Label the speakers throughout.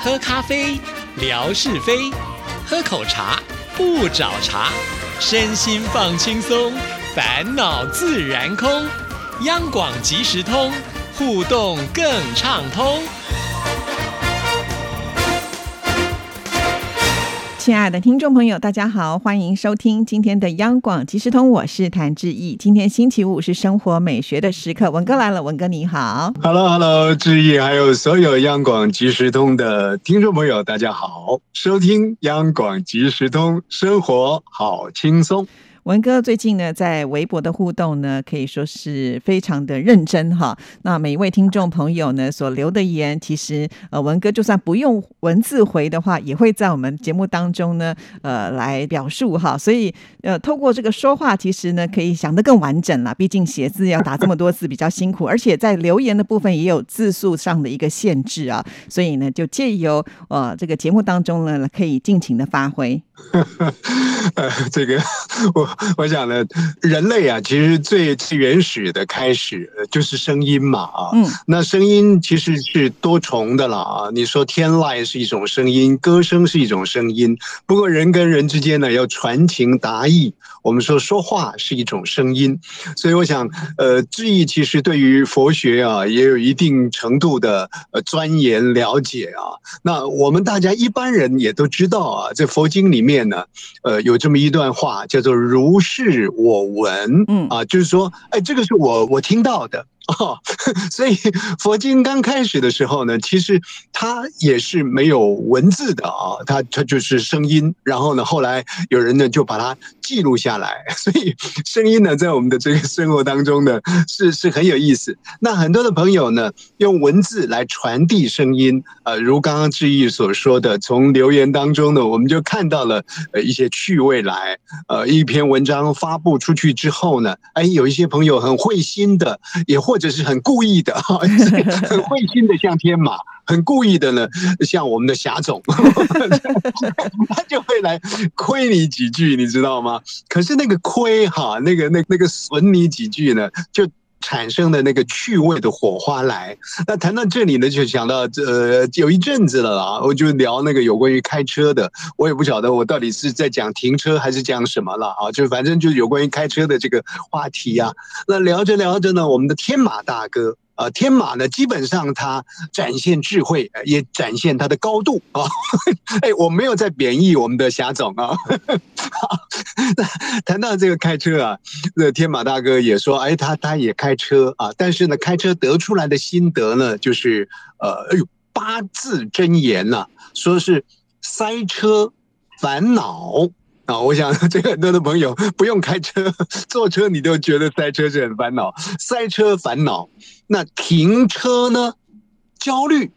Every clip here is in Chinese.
Speaker 1: 喝咖啡，聊是非；喝口茶，不找茬。身心放轻松，烦恼自然空。央广即时通，互动更畅通。
Speaker 2: 亲爱的听众朋友，大家好，欢迎收听今天的央广即时通，我是谭志毅。今天星期五是生活美学的时刻，文哥来了，文哥你好。
Speaker 3: Hello， 志毅，还有所有央广即时通的听众朋友，大家好，收听央广即时通，生活好轻松。
Speaker 2: 文哥最近呢，在微博的互动呢，可以说是非常的认真哈。那每一位听众朋友呢所留的言，其实文哥就算不用文字回的话，也会在我们节目当中呢来表述哈。所以透过这个说话，其实呢可以想得更完整啦。毕竟写字要打这么多字比较辛苦，而且在留言的部分也有字数上的一个限制啊。所以呢，就借由这个节目当中呢，可以尽情的发挥。
Speaker 3: 这个我想呢，人类啊，其实最原始的开始就是声音嘛啊。那声音其实是多重的了啊。你说天籁是一种声音，歌声是一种声音。不过人跟人之间呢，要传情达意。我们说话是一种声音，所以我想，志毅其实对于佛学啊，也有一定程度的钻研了解啊。那我们大家一般人也都知道啊，在佛经里面呢，有这么一段话叫做如是我闻，就是说，这个是我听到的。所以佛经刚开始的时候呢，其实它也是没有文字的啊，它就是声音。然后呢，后来有人呢就把它记录下来，所以声音呢在我们的这个生活当中呢是很有意思。那很多的朋友呢用文字来传递声音，如刚刚志毅所说的，从留言当中呢我们就看到了一些趣味来。一篇文章发布出去之后呢，有一些朋友很会心的，也或者是很故意的，很会心的像天马，很故意的呢像我们的霞总，他就会来亏你几句，你知道吗？可是那个亏哈，那个损你几句呢，就产生的那个趣味的火花来。那谈到这里呢，就想到有一阵子了啊，我就聊那个有关于开车的，我也不晓得我到底是在讲停车还是讲什么了啊，就反正就有关于开车的这个话题啊。那聊着聊着呢，我们的天马大哥。天马呢，基本上他展现智慧，也展现他的高度啊。我没有在贬义我们的霞总啊。谈到这个开车啊，那天马大哥也说，他也开车啊，但是呢，开车得出来的心得呢，就是8字真言呐，说是塞车烦恼。我想这个很多的朋友不用开车，坐车你都觉得塞车是很烦恼，塞车烦恼。那停车呢？焦虑。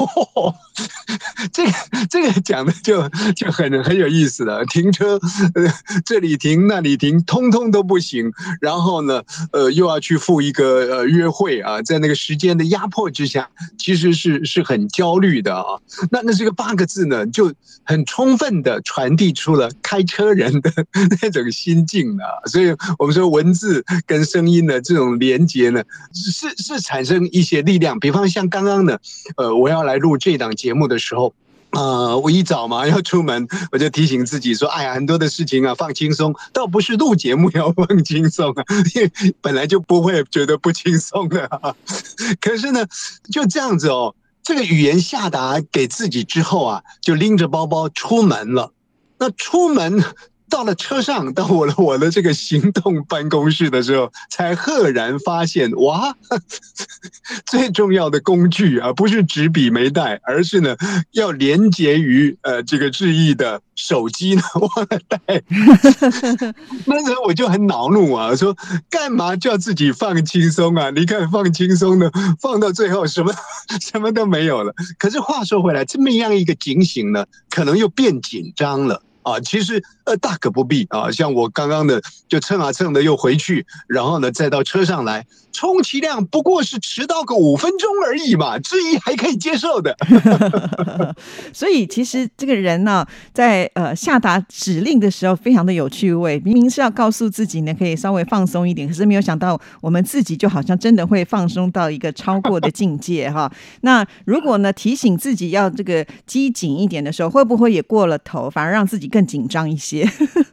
Speaker 3: 这个讲的就很有意思了。停车，这里停那里停，通通都不行。然后呢，又要去赴一个约会啊，在那个时间的压迫之下，其实是很焦虑的啊。那这个8个字呢，就很充分的传递出了开车人的那种心境啊。所以我们说文字跟声音的这种连结呢，是产生一些力量。比方像刚刚呢，我要来录这档节目的时候，我一早嘛要出门，我就提醒自己说，很多的事情啊放轻松，倒不是录节目要放轻松啊，因为本来就不会觉得不轻松的啊。可是呢，就这样子哦，这个语言下达给自己之后啊，就拎着包包出门了。那出门到了车上，到我的这个行动办公室的时候，才赫然发现，哇，最重要的工具啊，不是纸笔没带，而是呢要连结于这个志毅的手机呢忘了带。那时候我就很恼怒啊，说干嘛叫自己放轻松啊？你看放轻松的，放到最后什么都没有了。可是话说回来，这么样一个警醒呢，可能又变紧张了。 啊，其实大可不必啊。像我刚刚的就蹭啊蹭的又回去，然后呢再到车上来，充其量不过是迟到个5分钟而已嘛，之一还可以接受的。
Speaker 2: 所以其实这个人呢，在下达指令的时候非常的有趣味，明明是要告诉自己呢可以稍微放松一点，可是没有想到我们自己就好像真的会放松到一个超过的境界哈。那如果呢提醒自己要这个机警一点的时候，会不会也过了头，反而让自己更紧张一些？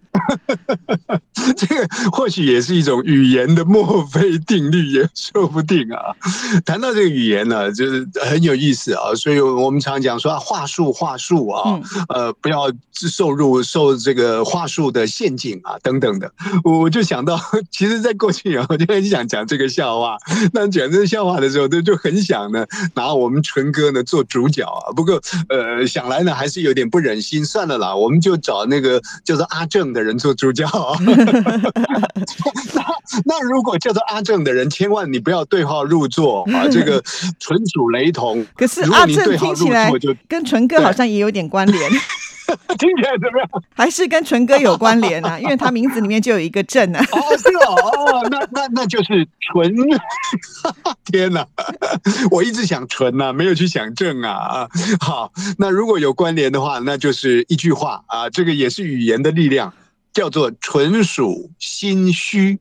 Speaker 3: 这个或许也是一种语言的墨菲定律，也说不定啊。谈到这个语言呢，就是很有意思啊。所以我们常讲说话术啊，不要受这个话术的陷阱啊，等等的。我就想到，其实，在过去啊，我就很想讲这个笑话。那讲这个笑话的时候，就很想呢拿我们纯哥呢做主角啊。不过想来呢还是有点不忍心，算了啦，我们就找那个叫做阿正的人做主角。那如果叫做阿正的人，千万你不要对号入座啊，这个纯属雷同。
Speaker 2: 可是阿正听起来跟纯哥好像也有点关联。
Speaker 3: 听起来怎么样？
Speaker 2: 还是跟纯哥有关联啊，因为他名字里面就有一个正啊。
Speaker 3: 是那就是纯。天哪，我一直想纯啊，没有去想正啊。好，那如果有关联的话，那就是一句话啊，这个也是语言的力量。叫做纯属心虚。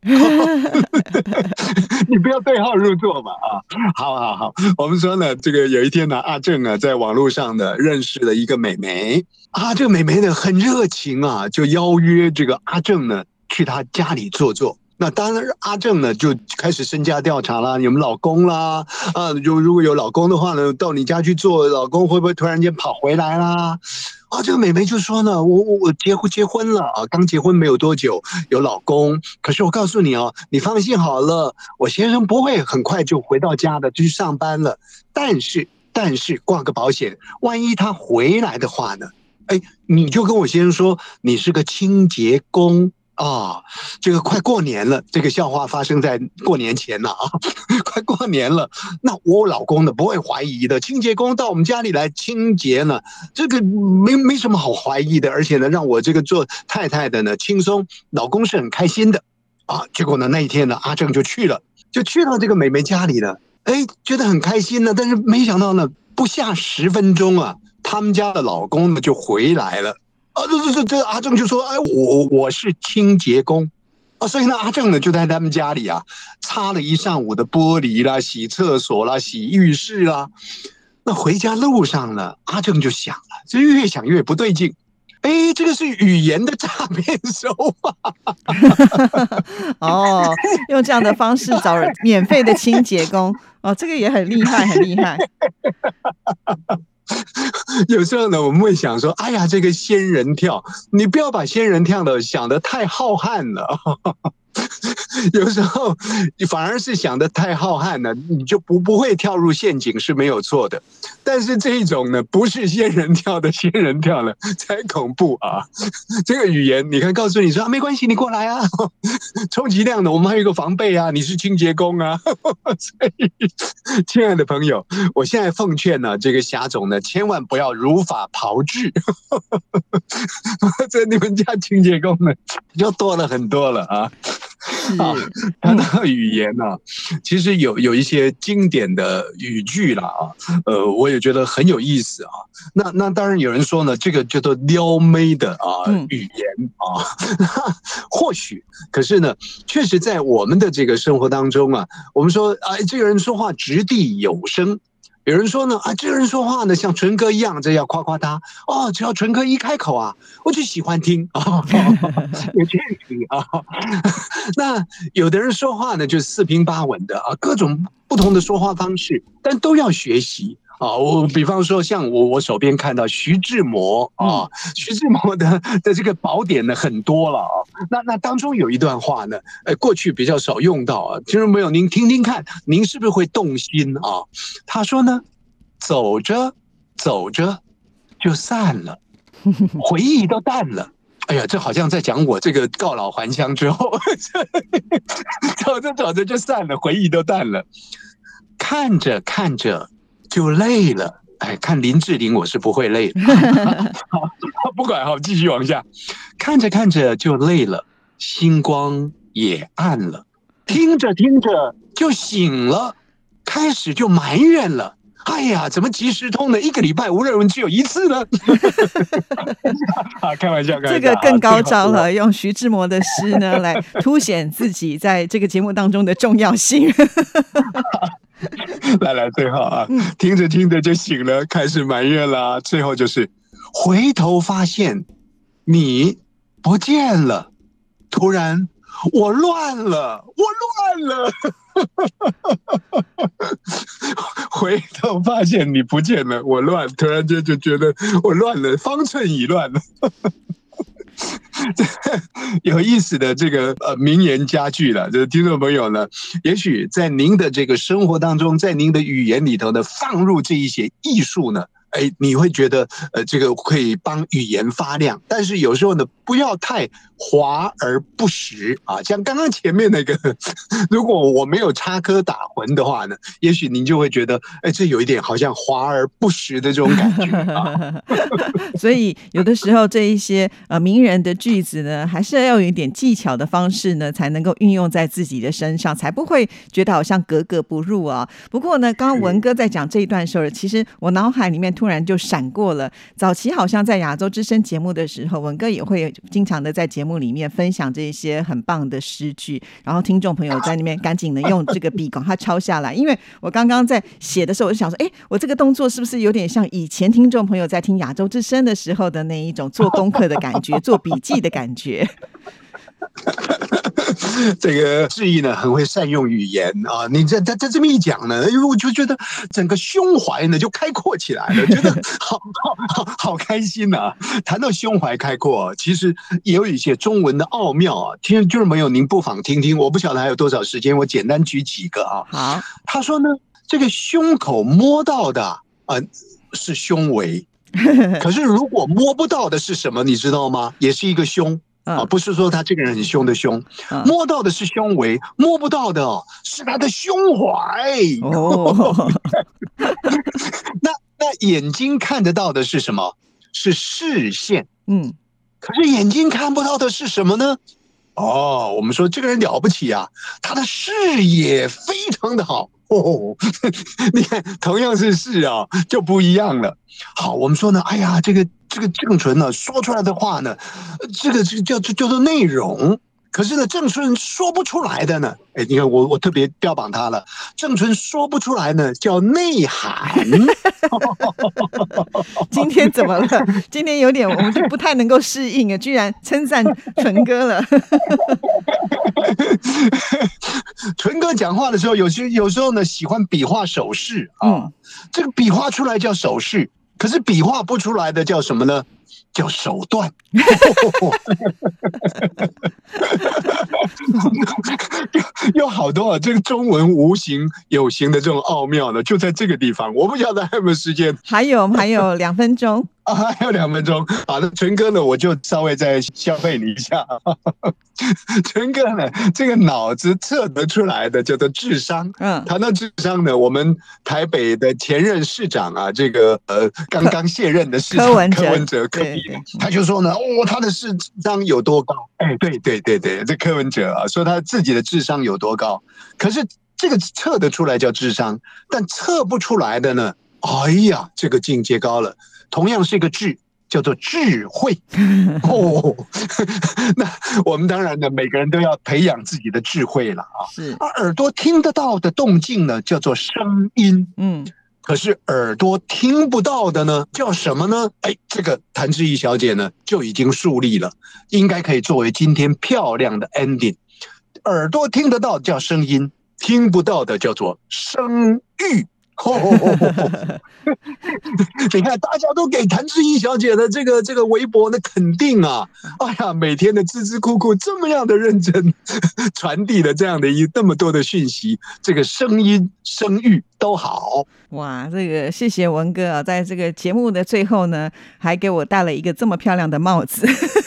Speaker 3: 你不要对号入座嘛啊！好，我们说呢，这个有一天呢，阿正啊在网络上呢认识了一个美眉啊，这个美眉呢很热情啊，就邀约这个阿正呢去她家里坐坐。那当然，阿正呢就开始身家调查啦，有没有老公啦？如果有老公的话呢，到你家去做，老公会不会突然间跑回来啦？这个美眉就说呢，我结婚了啊，刚结婚没有多久，有老公。可是我告诉你哦，你放心好了，我先生不会很快就回到家的，就去上班了。但是挂个保险，万一他回来的话呢？你就跟我先生说，你是个清洁工。这个快过年了，这个笑话发生在过年前了啊，快过年了，那我老公呢不会怀疑的，清洁工到我们家里来清洁呢，这个没什么好怀疑的，而且呢让我这个做太太的呢轻松，老公是很开心的啊。结果呢那一天呢，阿正就去到这个美眉家里了，觉得很开心呢，但是没想到呢不下10分钟啊，他们家的老公呢就回来了。这阿正就说，我是清洁工所以呢，阿正呢就在他们家里啊，擦了一上午的玻璃啦，洗厕所啦，洗浴室啦。那回家路上呢，阿正就想了，这越想越不对劲。这个是语言的诈骗手法。
Speaker 2: 用这样的方式找免费的清洁工，这个也很厉害，很厉害。
Speaker 3: 有时候呢，我们会想说，哎呀，这个仙人跳，你不要把仙人跳的想得太浩瀚了。有时候你反而是想得太浩瀚了，你就不会跳入陷阱是没有错的。但是这一种呢，不是仙人跳的仙人跳了才恐怖啊！这个语言，你看，告诉你说没关系，你过来啊，充其量的我们还有一个防备啊，你是清洁工啊。所以，亲爱的朋友，我现在奉劝呢，这个霞总呢，千万不要如法炮制。这你们家清洁工呢，就多了很多了啊。谈到语言呢，其实有一些经典的语句啦我也觉得很有意思啊。那当然有人说呢，这个叫做撩妹的语言或许，可是呢，确实在我们的这个生活当中啊，我们说这个人说话掷地有声。有人说呢，这个人说话呢像纯哥一样，这要夸夸他只要纯哥一开口啊，我就喜欢听有这个那有的人说话呢就四平八稳的各种不同的说话方式，但都要学习我比方说像我手边看到徐志摩徐志摩的这个宝典呢很多了那当中有一段话呢过去比较少用到听众朋友您听听看，您是不是会动心他说呢，走着走着就散了，回忆都淡了。哎呀，这好像在讲我这个告老还乡之后，走着走着就散了，回忆都淡了。看着看着就累了，看林志玲我是不会累的。 不管，好，继续往下，看着看着就累了，星光也暗了，听着听着就醒了，开始就埋怨了。哎呀，怎么即时通呢？1个礼拜无人文只有1次呢？开玩笑，
Speaker 2: 这个更高招了，用徐志摩的诗呢来凸显自己在这个节目当中的重要性。
Speaker 3: 来，最后啊，听着听着就醒了，开始埋怨了。最后就是回头发现你不见了，突然我乱了。回头发现你不见了，我乱，突然间就觉得我乱了，方寸已乱了。有意思的这个名言佳句了，就是听众朋友呢，也许在您的这个生活当中，在您的语言里头呢，放入这一些艺术呢，你会觉得这个可以帮语言发亮，但是有时候呢，不要太华而不实啊。像刚刚前面那个，如果我没有插科打诨的话呢，也许您就会觉得，这有一点好像华而不实的这种感觉啊。
Speaker 2: 所以有的时候这一些名人的句子呢，还是要有一点技巧的方式呢，才能够运用在自己的身上，才不会觉得好像格格不入啊。不过呢，刚刚文哥在讲这一段时候，其实我脑海里面突然就闪过了，早期好像在亚洲之声节目的时候，文哥也会经常的在节目里面分享这些很棒的诗句，然后听众朋友在那边赶紧的用这个笔赶快抄下来。因为我刚刚在写的时候，我就想说，我这个动作是不是有点像以前听众朋友在听亚洲之声的时候的那一种做功课的感觉，做笔记的感觉。
Speaker 3: 这个志毅呢，很会善用语言啊！你这么一讲呢，我就觉得整个胸怀呢就开阔起来了，觉得好开心啊！谈到胸怀开阔，其实也有一些中文的奥妙啊。听众朋友，您不妨听听。我不晓得还有多少时间，我简单举几个啊。好，他说呢，这个胸口摸到的是胸围，可是如果摸不到的是什么，你知道吗？也是一个胸。不是说他这个人很凶的凶，摸到的是胸围，摸不到的是他的胸怀。那眼睛看得到的是什么？是视线。可是眼睛看不到的是什么呢？我们说这个人了不起啊，他的视野非常的好。你看，同样是视啊，就不一样了。好，我们说呢，哎呀，这个郑纯呢说出来的话呢，这个叫做内容。可是呢，郑纯说不出来的呢，你看我特别标榜他了，郑纯说不出来呢，叫内涵。
Speaker 2: 今天怎么了？今天有点我们就不太能够适应啊，居然称赞纯哥了。
Speaker 3: 纯哥讲话的时候，有时候呢喜欢比划手势啊，这个比划出来叫手势，可是比划不出来的叫什么呢？叫手段。有好多这个中文无形有形的这种奥妙呢，就在这个地方。我不晓得还有没有时间，
Speaker 2: 还有2分钟。
Speaker 3: 还有2分钟。好的，纯哥呢，我就稍微再消费你一下。纯哥呢，这个脑子测得出来的叫做智商。谈到智商呢，我们台北的前任市长啊，这个刚刚卸任的市长柯文哲，他就说呢，他的智商有多高？对，这柯文哲啊，说他自己的智商有多高。可是这个测得出来叫智商，但测不出来的呢，哎呀，这个境界高了。同样是一个智，叫做智慧。那我们当然呢，每个人都要培养自己的智慧了啊。是，耳朵听得到的动静呢，叫做声音。可是耳朵听不到的呢，叫什么呢？这个谭志毅小姐呢就已经树立了，应该可以作为今天漂亮的 ending。耳朵听得到叫声音，听不到的叫做声誉。你看，大家都给谭志毅小姐的这个微博的肯定啊！哎呀，每天的孜孜酷酷，这么样的认真，传递了这样的那么多的讯息，这个声音、声誉都好。
Speaker 2: 哇，这个谢谢文哥啊，在这个节目的最后呢，还给我戴了一个这么漂亮的帽子。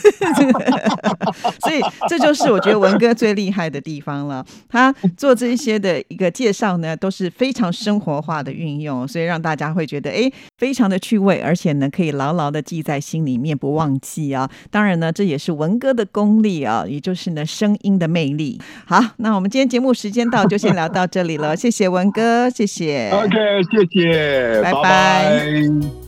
Speaker 2: 所以这就是我觉得文哥最厉害的地方了。他做这些的一个介绍呢，都是非常生活化的运用，所以让大家会觉得非常的趣味，而且呢可以牢牢的记在心里面不忘记啊。当然呢这也是文哥的功力啊，也就是呢声音的魅力。好，那我们今天节目时间到，就先聊到这里了。谢谢文哥，谢谢。
Speaker 3: OK， 谢谢，
Speaker 2: 拜拜。
Speaker 3: 拜拜。